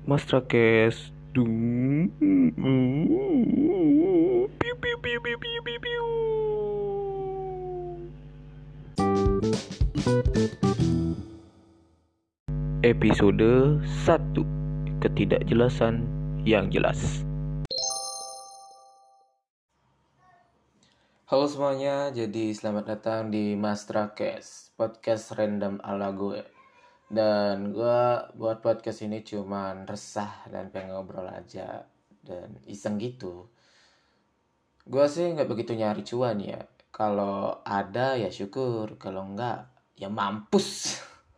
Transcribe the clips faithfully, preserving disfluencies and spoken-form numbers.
Mas Trakes dung piu piu piu piu piu piu piu. Episode satu, ketidakjelasan yang jelas. Halo semuanya, jadi selamat datang di Mas Trakes, podcast random ala gue. Dan gue buat podcast ini cuman resah dan pengen ngobrol aja dan iseng gitu. Gue sih nggak begitu nyari cuan ya. Kalau ada ya syukur, kalau enggak ya mampus.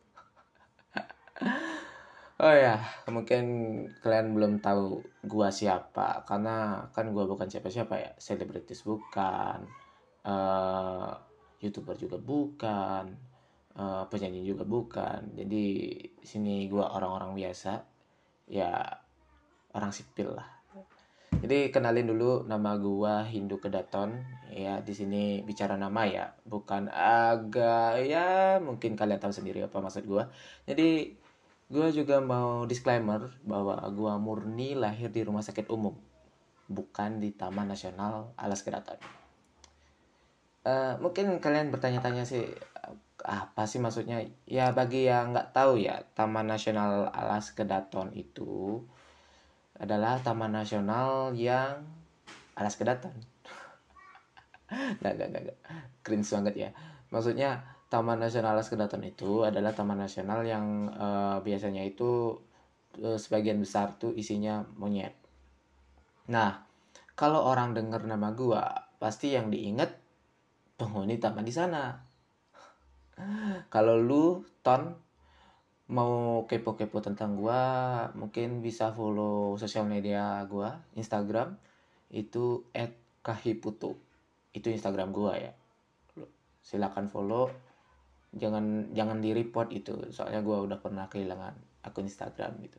Oh ya, mungkin kalian belum tahu gue siapa karena kan gue bukan siapa-siapa ya. Selebritis bukan, eh, YouTuber juga bukan, eh, penyanyi juga bukan. Jadi di sini gue orang-orang biasa, ya orang sipil lah. Jadi kenalin dulu, nama gua Hindu Kedaton. Ya, di sini bicara nama ya, bukan agak ya mungkin kalian tahu sendiri apa maksud gua. Jadi gua juga mau disclaimer bahwa gua murni lahir di rumah sakit umum, bukan di Taman Nasional Alas Kedaton. Eh, mungkin kalian bertanya-tanya sih, apa sih maksudnya? Ya bagi yang nggak tahu ya, Taman Nasional Alas Kedaton itu adalah taman nasional yang Alas Kedaton. Nggak, nggak, nggak, nggak. Cringe banget ya. Maksudnya Taman Nasional Alas Kedaton itu adalah taman nasional yang eh, biasanya itu eh, sebagian besar tuh isinya monyet. Nah, kalau orang dengar nama gua, pasti yang diinget penghuni taman di sana. Kalau lu, Ton, mau kepo-kepo tentang gua, mungkin bisa follow sosial media gua, Instagram, itu et kahiputu. Itu Instagram gua ya. Silakan follow, jangan jangan di report itu, soalnya gue udah pernah kehilangan akun Instagram gitu.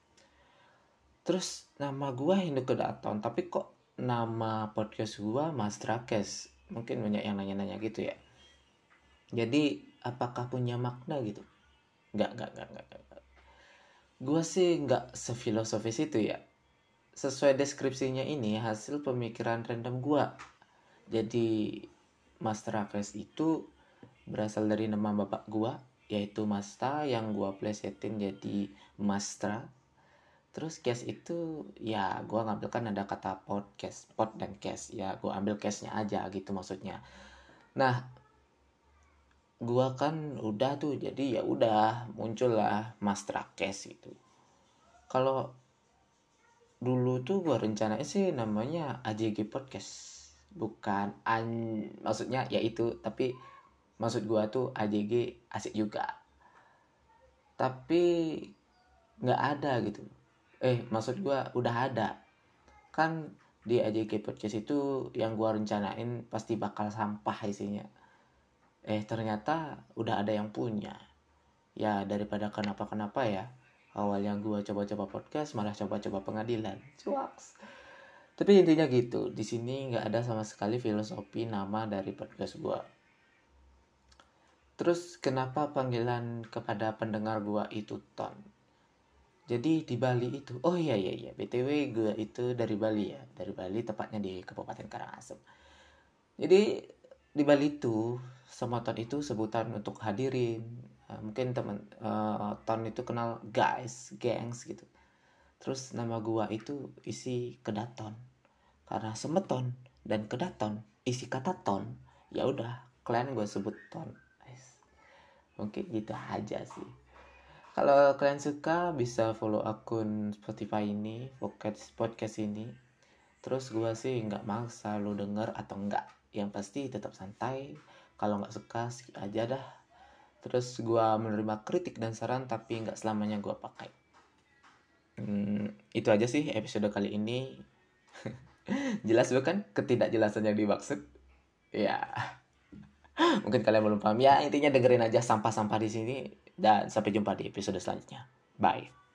Terus nama gue Hindu Kedaton, tapi kok nama podcast gue Mas Trakes? Mungkin banyak yang nanya-nanya gitu ya. Jadi apakah punya makna gitu? Nggak, nggak, nggak, nggak, nggak. Gue sih nggak sefilosofis itu ya. Sesuai deskripsinya ini hasil pemikiran random gue. Jadi Mas Trakes itu berasal dari nama bapak gua, yaitu Masta, yang gua plesetin jadi Mastra. Terus case itu ya gua ngambil kan ada kata podcast, pod dan case, ya gua ambil case-nya aja gitu maksudnya. Nah, gua kan udah tuh, jadi ya udah muncullah Mastra Case itu. Kalau dulu tuh gua rencanain sih namanya A J G Podcast, bukan an maksudnya ya itu, tapi maksud gua tuh A J G asik juga, tapi nggak ada gitu. Eh maksud gua udah ada kan. Di A J K Podcast itu yang gua rencanain pasti bakal sampah isinya. Eh ternyata udah ada yang punya. Ya daripada kenapa-kenapa ya, awalnya gua coba-coba podcast malah coba-coba pengadilan, cuaks. Tapi intinya gitu, di sini nggak ada sama sekali filosofi nama dari podcast gua. Terus kenapa panggilan kepada pendengar gua itu Ton? Jadi di Bali itu, oh iya iya iya, B T W gue itu dari Bali ya, dari Bali tepatnya di Kabupaten Karangasem. Jadi di Bali itu semoton itu sebutan untuk hadirin. Uh, mungkin teman uh, Ton itu kenal guys, gengs gitu. Terus nama gua itu isi kedaton. Karena semeton dan kedaton isi kata ton. Ya udah, kalian gue sebut Ton. Mungkin gitu aja sih. Kalau kalian suka bisa follow akun Spotify ini, podcast podcast ini. Terus gue sih nggak maksa lo denger atau enggak. Yang pasti tetap santai. Kalau nggak suka skip aja dah. Terus gue menerima kritik dan saran, tapi nggak selamanya gue pakai. Hmm, itu aja sih episode kali ini. Jelas bukan ketidakjelasan yang dimaksud? Ya, mungkin kalian belum paham. Ya intinya dengerin aja sampah-sampah di sini. Dan sampai jumpa di episode selanjutnya. Bye.